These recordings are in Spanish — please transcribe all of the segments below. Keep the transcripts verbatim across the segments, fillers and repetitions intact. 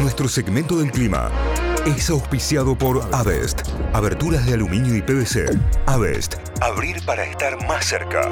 Nuestro segmento del clima es auspiciado por Avest, aberturas de aluminio y P V C. Avest, abrir para estar más cerca.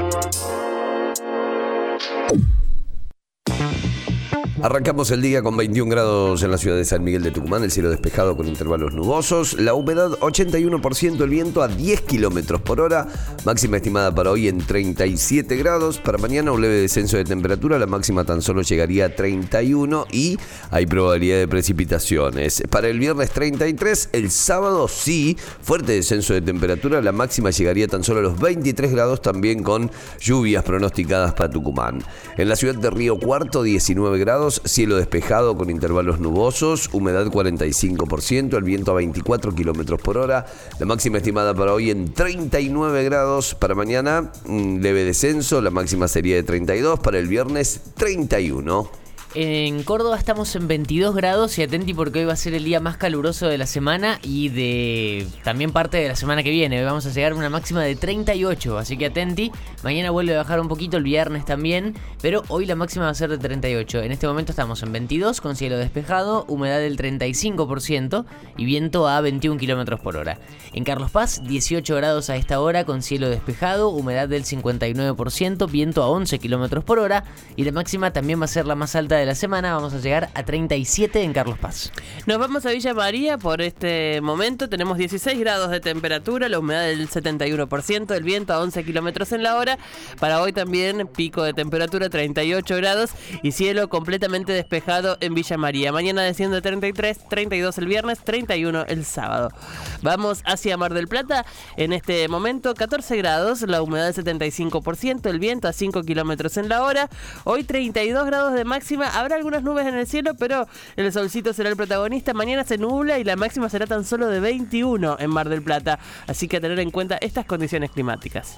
Arrancamos el día con veintiún grados en la ciudad de San Miguel de Tucumán, el cielo despejado con intervalos nubosos, la humedad ochenta y uno por ciento, el viento a diez kilómetros por hora, máxima estimada para hoy en treinta y siete grados, para mañana un leve descenso de temperatura, la máxima tan solo llegaría a treinta y uno y hay probabilidad de precipitaciones. Para el viernes treinta y tres, el sábado sí, fuerte descenso de temperatura, la máxima llegaría tan solo a los veintitrés grados, también con lluvias pronosticadas para Tucumán. En la ciudad de Río Cuarto, diecinueve grados, cielo despejado con intervalos nubosos, humedad cuarenta y cinco por ciento, el viento a veinticuatro kilómetros por hora, la máxima estimada para hoy en treinta y nueve grados, para mañana un leve descenso, la máxima sería de treinta y dos, para el viernes treinta y uno. En Córdoba estamos en veintidós grados y atenti porque hoy va a ser el día más caluroso de la semana y de también parte de la semana que viene. Hoy vamos a llegar a una máxima de treinta y ocho, así que atenti. Mañana vuelve a bajar un poquito, el viernes también, pero hoy la máxima va a ser de treinta y ocho. En este momento estamos en veintidós con cielo despejado, humedad del treinta y cinco por ciento y viento a veintiún kilómetros por hora. En Carlos Paz, dieciocho grados a esta hora con cielo despejado, humedad del cincuenta y nueve por ciento, viento a once kilómetros por hora y la máxima también va a ser la más alta de la semana, vamos a llegar a treinta y siete en Carlos Paz. Nos vamos a Villa María por este momento, tenemos dieciséis grados de temperatura, la humedad del setenta y uno por ciento, el viento a once kilómetros en la hora. Para hoy también pico de temperatura treinta y ocho grados y cielo completamente despejado en Villa María. Mañana desciende de treinta y tres, treinta y dos el viernes, treinta y uno el sábado. Vamos hacia Mar del Plata, en este momento catorce grados, la humedad del setenta y cinco por ciento, el viento a cinco kilómetros en la hora. Hoy treinta y dos grados de máxima, habrá algunas nubes en el cielo, pero el solcito será el protagonista. Mañana se nubla y la máxima será tan solo de veintiuno en Mar del Plata. Así que a tener en cuenta estas condiciones climáticas.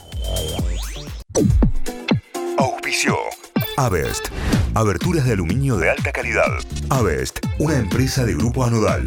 Auspició Avest, aberturas de aluminio de alta calidad. Avest, una empresa de Grupo Anodal.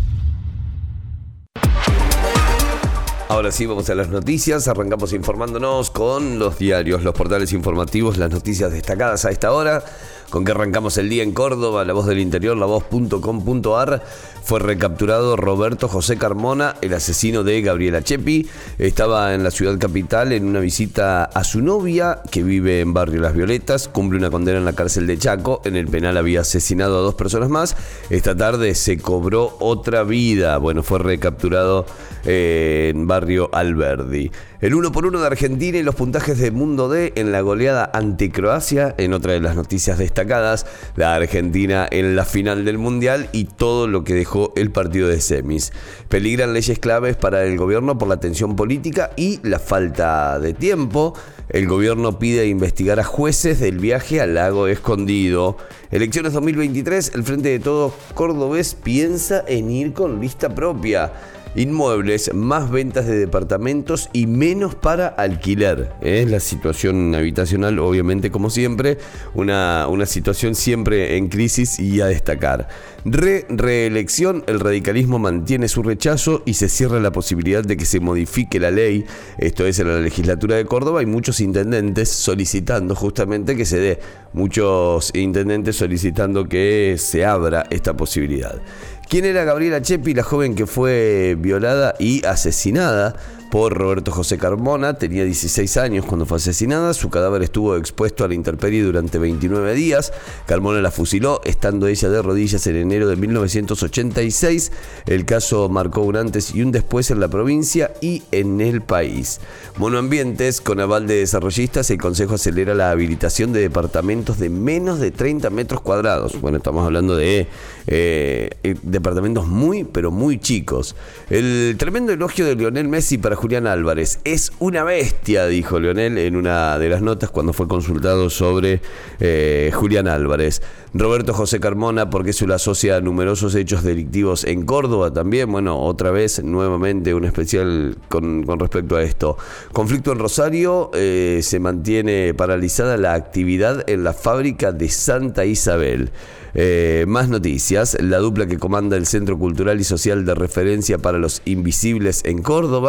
Ahora sí, vamos a las noticias. Arrancamos informándonos con los diarios, los portales informativos, las noticias destacadas a esta hora. Con que arrancamos el día en Córdoba, La Voz del Interior, la voz punto com punto a r. Fue recapturado Roberto José Carmona, el asesino de Gabriela Chepi. Estaba en la ciudad capital en una visita a su novia, que vive en Barrio Las Violetas. Cumple una condena en la cárcel de Chaco. En el penal había asesinado a dos personas más. Esta tarde se cobró otra vida. Bueno, fue recapturado eh, en Barrio Alberdi. El uno por uno de Argentina y los puntajes de Mundo D en la goleada ante Croacia. En otra de las noticias destacadas, la Argentina en la final del Mundial y todo lo que dejó el partido de semis. Peligran leyes claves para el gobierno por la tensión política y la falta de tiempo. El gobierno pide investigar a jueces del viaje al lago Escondido. Elecciones dos mil veintitrés, el Frente de Todos cordobés piensa en ir con lista propia. Inmuebles, más ventas de departamentos y menos para alquiler. Es la situación habitacional, obviamente, como siempre, una, una situación siempre en crisis y a destacar. Re, reelección, el radicalismo mantiene su rechazo y se cierra la posibilidad de que se modifique la ley. Esto es, en la legislatura de Córdoba hay muchos intendentes solicitando justamente que se dé. Muchos intendentes solicitando que se abra esta posibilidad. ¿Quién era Gabriela Chepi, la joven que fue violada y asesinada por Roberto José Carmona? Tenía dieciséis años cuando fue asesinada. Su cadáver estuvo expuesto a la intemperie durante veintinueve días. Carmona la fusiló estando ella de rodillas en enero de mil novecientos ochenta y seis. El caso marcó un antes y un después en la provincia y en el país. Monoambientes, con aval de desarrollistas, el Consejo acelera la habilitación de departamentos de menos de treinta metros cuadrados. Bueno, estamos hablando de eh, departamentos muy, pero muy chicos. El tremendo elogio de Lionel Messi para Julián Álvarez. Es una bestia, dijo Lionel en una de las notas cuando fue consultado sobre eh, Julián Álvarez. Roberto José Carmona, porque se lo asocia a numerosos hechos delictivos en Córdoba también. Bueno, otra vez, nuevamente, un especial con, con respecto a esto. Conflicto en Rosario, eh, se mantiene paralizada la actividad en la fábrica de Santa Isabel. Eh, más noticias. La dupla que comanda el Centro Cultural y Social de Referencia para los Invisibles en Córdoba, un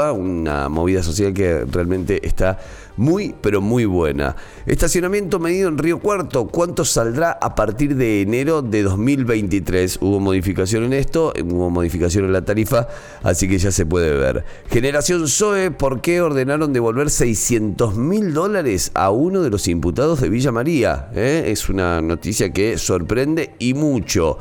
una movida social que realmente está muy, pero muy buena. Estacionamiento medido en Río Cuarto. ¿Cuánto saldrá a partir de enero de dos mil veintitrés? Hubo modificación en esto, hubo modificación en la tarifa, así que ya se puede ver. Generación Zoe, ¿por qué ordenaron devolver seiscientos mil dólares a uno de los imputados de Villa María? ¿Eh? Es una noticia que sorprende y mucho.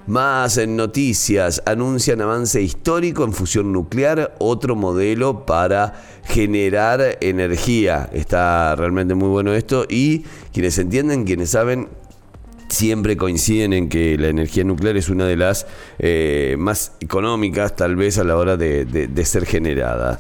Más en noticias, anuncian avance histórico en fusión nuclear, otro modelo para generar energía. Está realmente muy bueno esto y quienes entienden, quienes saben, siempre coinciden en que la energía nuclear es una de las eh, más económicas tal vez a la hora de, de, de ser generada.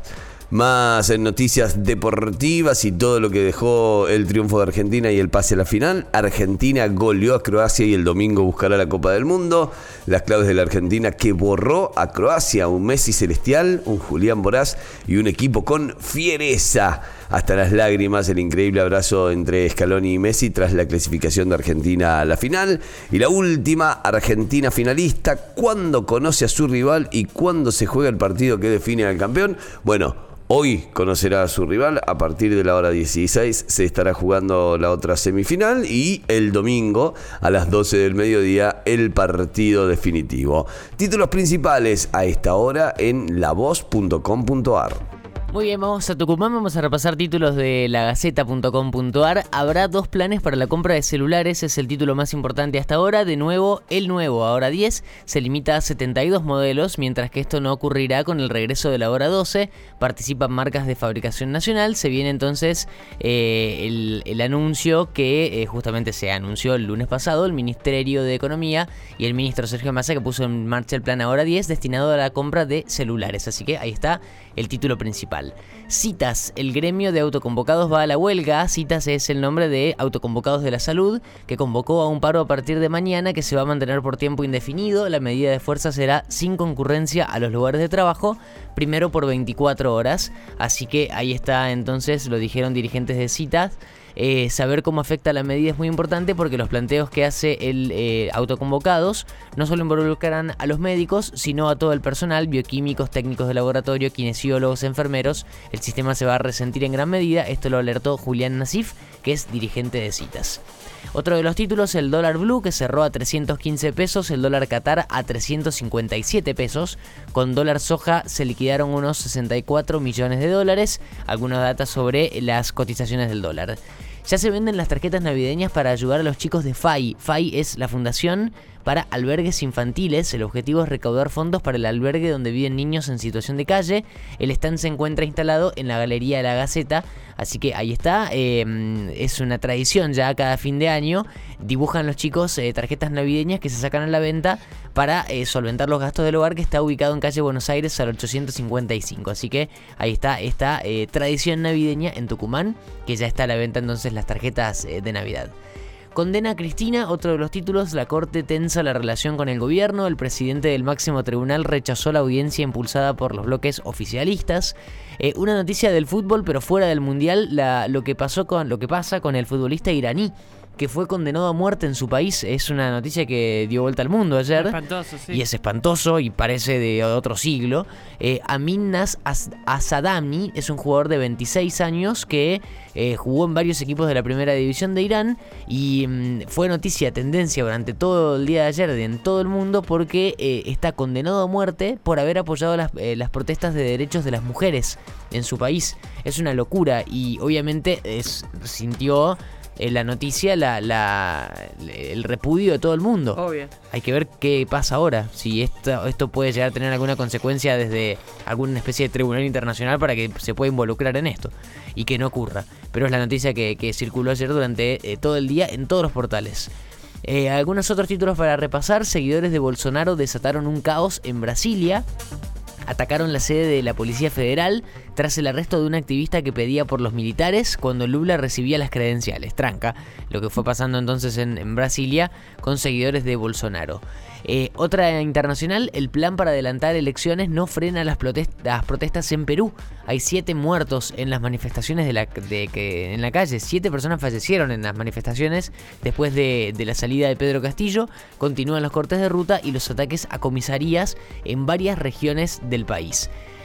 Más en noticias deportivas y todo lo que dejó el triunfo de Argentina y el pase a la final. Argentina goleó a Croacia y el domingo buscará la Copa del Mundo. Las claves de la Argentina que borró a Croacia, un Messi celestial, un Julián Boraz y un equipo con fiereza. Hasta las lágrimas, el increíble abrazo entre Scaloni y Messi tras la clasificación de Argentina a la final. Y la última, Argentina finalista, ¿cuándo conoce a su rival y cuándo se juega el partido que define al campeón? Bueno, hoy conocerá a su rival, a partir de la hora dieciséis se estará jugando la otra semifinal y el domingo a las doce del mediodía el partido definitivo. Títulos principales a esta hora en la voz punto com punto a r. Muy bien, vamos a Tucumán, vamos a repasar títulos de la gaceta punto com punto a r. Habrá dos planes para la compra de celulares, es el título más importante hasta ahora. De nuevo, el nuevo, ahora diez, se limita a setenta y dos modelos, mientras que esto no ocurrirá con el regreso de la hora doce. Participan marcas de fabricación nacional. Se viene entonces eh, el, el anuncio que eh, justamente se anunció el lunes pasado, el Ministerio de Economía y el ministro Sergio Massa, que puso en marcha el plan ahora diez destinado a la compra de celulares. Así que ahí está el título principal. Citas, el gremio de autoconvocados va a la huelga. Citas es el nombre de Autoconvocados de la Salud, que convocó a un paro a partir de mañana que se va a mantener por tiempo indefinido. La medida de fuerza será sin concurrencia a los lugares de trabajo, primero por veinticuatro horas. Así que ahí está, entonces, lo dijeron dirigentes de Citas. Eh, saber cómo afecta la medida es muy importante porque los planteos que hace el eh, autoconvocados no solo involucrarán a los médicos, sino a todo el personal, bioquímicos, técnicos de laboratorio, kinesiólogos, enfermeros. El sistema se va a resentir en gran medida. Esto lo alertó Julián Nasif, que es dirigente de Citas. Otro de los títulos, el dólar blue, que cerró a trescientos quince pesos, el dólar Qatar a trescientos cincuenta y siete pesos. Con dólar soja se liquidaron unos sesenta y cuatro millones de dólares. Algunas datas sobre las cotizaciones del dólar. Ya se venden las tarjetas navideñas para ayudar a los chicos de F A I. F A I es la Fundación para Albergues Infantiles. El objetivo es recaudar fondos para el albergue donde viven niños en situación de calle. El stand se encuentra instalado en la Galería de la Gaceta, así que ahí está. Eh, es una tradición ya cada fin de año. Dibujan los chicos eh, tarjetas navideñas que se sacan a la venta para eh, solventar los gastos del hogar, que está ubicado en calle Buenos Aires al ochocientos cincuenta y cinco. Así que ahí está esta eh, tradición navideña en Tucumán, que ya está a la venta entonces las tarjetas eh, de Navidad. Condena a Cristina, otro de los títulos. La Corte tensa la relación con el gobierno. El presidente del máximo tribunal rechazó la audiencia impulsada por los bloques oficialistas. Eh, una noticia del fútbol, pero fuera del mundial, la, lo que pasó con lo que pasa con el futbolista iraní, que fue condenado a muerte en su país. Es una noticia que dio vuelta al mundo ayer. Espantoso, sí. Y es espantoso y parece de otro siglo. Eh, Amin Nas Asadami es un jugador de veintiséis años que eh, jugó en varios equipos de la primera división de Irán y mmm, fue noticia, tendencia durante todo el día de ayer en todo el mundo porque eh, está condenado a muerte por haber apoyado las, eh, las protestas de derechos de las mujeres en su país. Es una locura y obviamente es, sintió... en la noticia la, la, el repudio de todo el mundo. Obvio. Hay que ver qué pasa ahora, si esto, esto puede llegar a tener alguna consecuencia desde alguna especie de tribunal internacional para que se pueda involucrar en esto y que no ocurra. Pero es la noticia que, que circuló ayer durante eh, todo el día en todos los portales. Eh, algunos otros títulos para repasar. Seguidores de Bolsonaro desataron un caos en Brasilia. Atacaron la sede de la Policía Federal tras el arresto de un activista que pedía por los militares cuando Lula recibía las credenciales. Tranca, lo que fue pasando entonces en, en Brasilia con seguidores de Bolsonaro. Eh, otra internacional, el plan para adelantar elecciones no frena las, protest- las protestas en Perú. Hay siete muertos en las manifestaciones de la, de que, en la calle. Siete personas fallecieron en las manifestaciones después de, de la salida de Pedro Castillo. Continúan los cortes de ruta y los ataques a comisarías en varias regiones del país.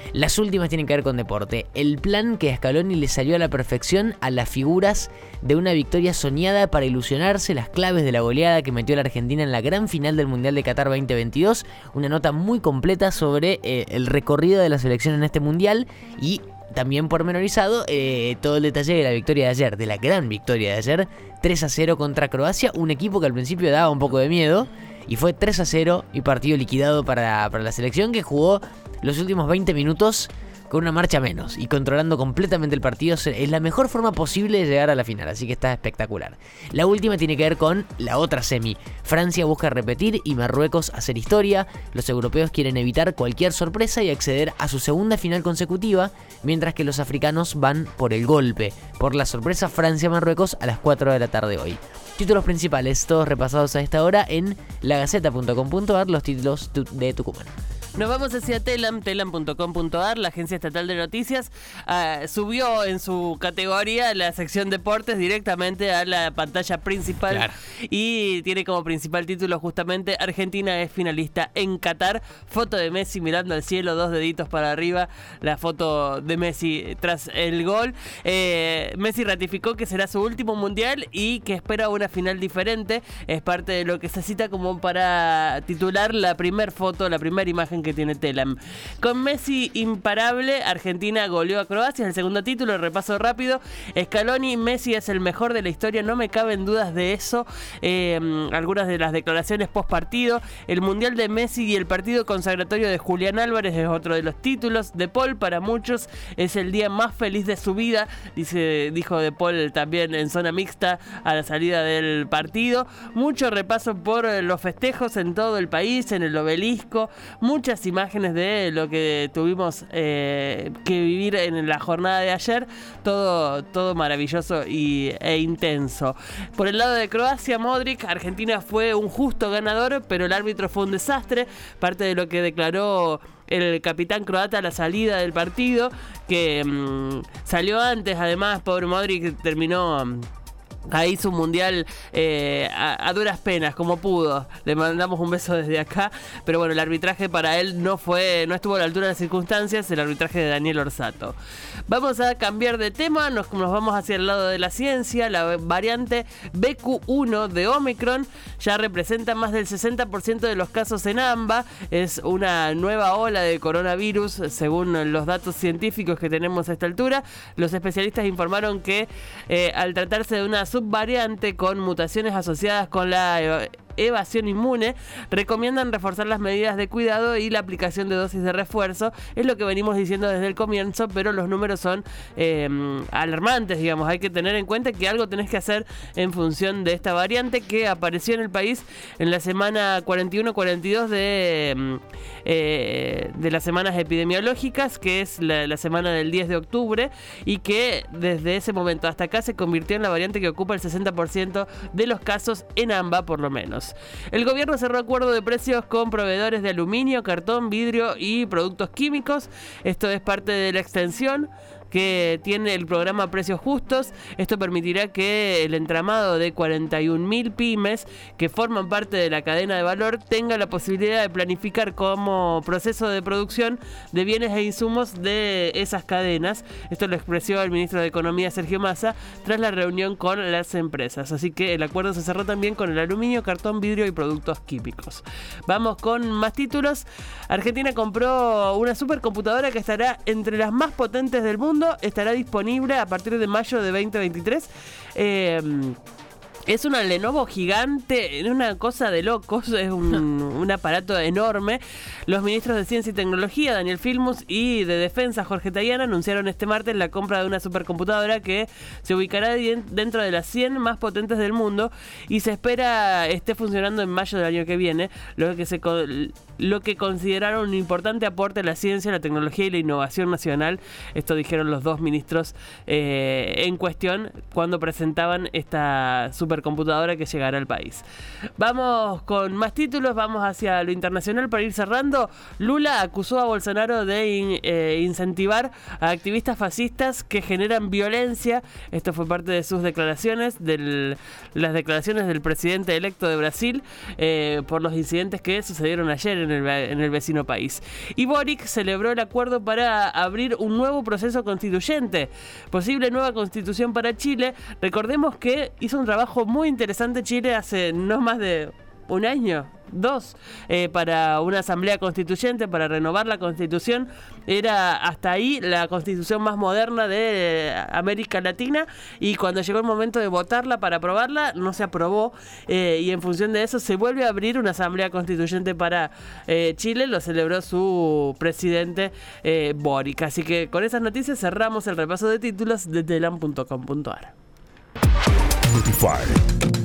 Las últimas tienen que ver con deporte. El plan que a Scaloni le salió a la perfección a las figuras de una victoria soñada para ilusionarse, las claves de la goleada que metió la Argentina en la gran final del Mundial de Qatar veinte veintidós. Una nota muy completa sobre eh, el recorrido de la selección en este Mundial y también pormenorizado eh, todo el detalle de la victoria de ayer, de la gran victoria de ayer, tres a cero contra Croacia, un equipo que al principio daba un poco de miedo. Y fue tres a cero y partido liquidado para, para la selección, que jugó los últimos veinte minutos con una marcha menos y controlando completamente el partido. Es la mejor forma posible de llegar a la final, así que está espectacular. La última tiene que ver con la otra semi. Francia busca repetir y Marruecos hacer historia. Los europeos quieren evitar cualquier sorpresa y acceder a su segunda final consecutiva, mientras que los africanos van por el golpe, por la sorpresa Francia-Marruecos a las cuatro de la tarde hoy. Títulos principales, todos repasados a esta hora en la gaceta punto com punto a r, los títulos de Tucumán. Nos vamos hacia Telam, telam punto com punto a r, la agencia estatal de noticias, uh, subió en su categoría la sección deportes directamente a la pantalla principal. Claro. Y tiene como principal título justamente Argentina es finalista en Qatar. Foto de Messi mirando al cielo, dos deditos para arriba, la foto de Messi tras el gol. Eh, Messi ratificó que será su último mundial y que espera una final diferente. Es parte de lo que se cita como para titular la primer foto, la primera imagen que tiene Telam. Con Messi imparable, Argentina goleó a Croacia, el segundo título, repaso rápido. Scaloni, Messi es el mejor de la historia, no me caben dudas de eso. Eh, algunas de las declaraciones post partido. El mundial de Messi y el partido consagratorio de Julián Álvarez es otro de los títulos. De Paul, para muchos, es el día más feliz de su vida, dice, dijo De Paul también en zona mixta a la salida del partido. Mucho repaso por los festejos en todo el país, en el obelisco, muchas imágenes de lo que tuvimos eh, que vivir en la jornada de ayer, todo, todo maravilloso y, e intenso. Por el lado de Croacia, Modric, Argentina fue un justo ganador, pero el árbitro fue un desastre, parte de lo que declaró el capitán croata a la salida del partido, que mmm, salió antes, además, pobre Modric terminó ahí su mundial eh, a, a duras penas, como pudo. Le mandamos un beso desde acá. Pero bueno, el arbitraje para él no fue, no estuvo a la altura de las circunstancias. El arbitraje de Daniel Orsato. Vamos a cambiar de tema. Nos, nos vamos hacia el lado de la ciencia. La variante B Q uno de Omicron ya representa más del sesenta por ciento de los casos en AMBA. Es una nueva ola de coronavirus, según los datos científicos que tenemos a esta altura. Los especialistas informaron que eh, al tratarse de una subvariante con mutaciones asociadas con la evasión inmune, recomiendan reforzar las medidas de cuidado y la aplicación de dosis de refuerzo. Es lo que venimos diciendo desde el comienzo, pero los números son eh, alarmantes, digamos. Hay que tener en cuenta que algo tenés que hacer en función de esta variante que apareció en el país en la semana cuarenta y uno cuarenta y dos de, eh, de las semanas epidemiológicas, que es la, la semana del diez de octubre, y que desde ese momento hasta acá se convirtió en la variante que ocupa el sesenta por ciento de los casos en AMBA, por lo menos. El gobierno cerró acuerdo de precios con proveedores de aluminio, cartón, vidrio y productos químicos. Esto es parte de la extensión que tiene el programa Precios Justos. Esto permitirá que el entramado de cuarenta y un mil pymes que forman parte de la cadena de valor tenga la posibilidad de planificar como proceso de producción de bienes e insumos de esas cadenas. Esto lo expresó el ministro de Economía, Sergio Massa, tras la reunión con las empresas. Así que el acuerdo se cerró también con el aluminio, cartón, vidrio y productos químicos. Vamos con más títulos. Argentina compró una supercomputadora que estará entre las más potentes del mundo. Estará disponible a partir de mayo de veinte veintitrés. Eh, Es una Lenovo gigante, es una cosa de locos, es un, un aparato enorme. Los ministros de Ciencia y Tecnología, Daniel Filmus, y de Defensa, Jorge Tayana, anunciaron este martes la compra de una supercomputadora que se ubicará dentro de las cien más potentes del mundo y se espera esté funcionando en mayo del año que viene, lo que, se, lo que consideraron un importante aporte a la ciencia, la tecnología y la innovación nacional. Esto dijeron los dos ministros eh, en cuestión cuando presentaban esta supercomputadora supercomputadora que llegará al país. Vamos con más títulos, vamos hacia lo internacional para ir cerrando. Lula acusó a Bolsonaro de in, eh, incentivar a activistas fascistas que generan violencia. Esto fue parte de sus declaraciones, de las declaraciones del presidente electo de Brasil eh, por los incidentes que sucedieron ayer en el, en el vecino país. Y Boric celebró el acuerdo para abrir un nuevo proceso constituyente, posible nueva constitución para Chile. Recordemos que hizo un trabajo muy interesante Chile hace no más de un año, dos, eh, para una asamblea constituyente, para renovar la constitución. Era hasta ahí la constitución más moderna de eh, América Latina, y cuando llegó el momento de votarla para aprobarla, no se aprobó, eh, y en función de eso se vuelve a abrir una asamblea constituyente para eh, Chile. Lo celebró su presidente eh, Boric. Así que con esas noticias cerramos el repaso de títulos de telam punto com punto ar. Notify.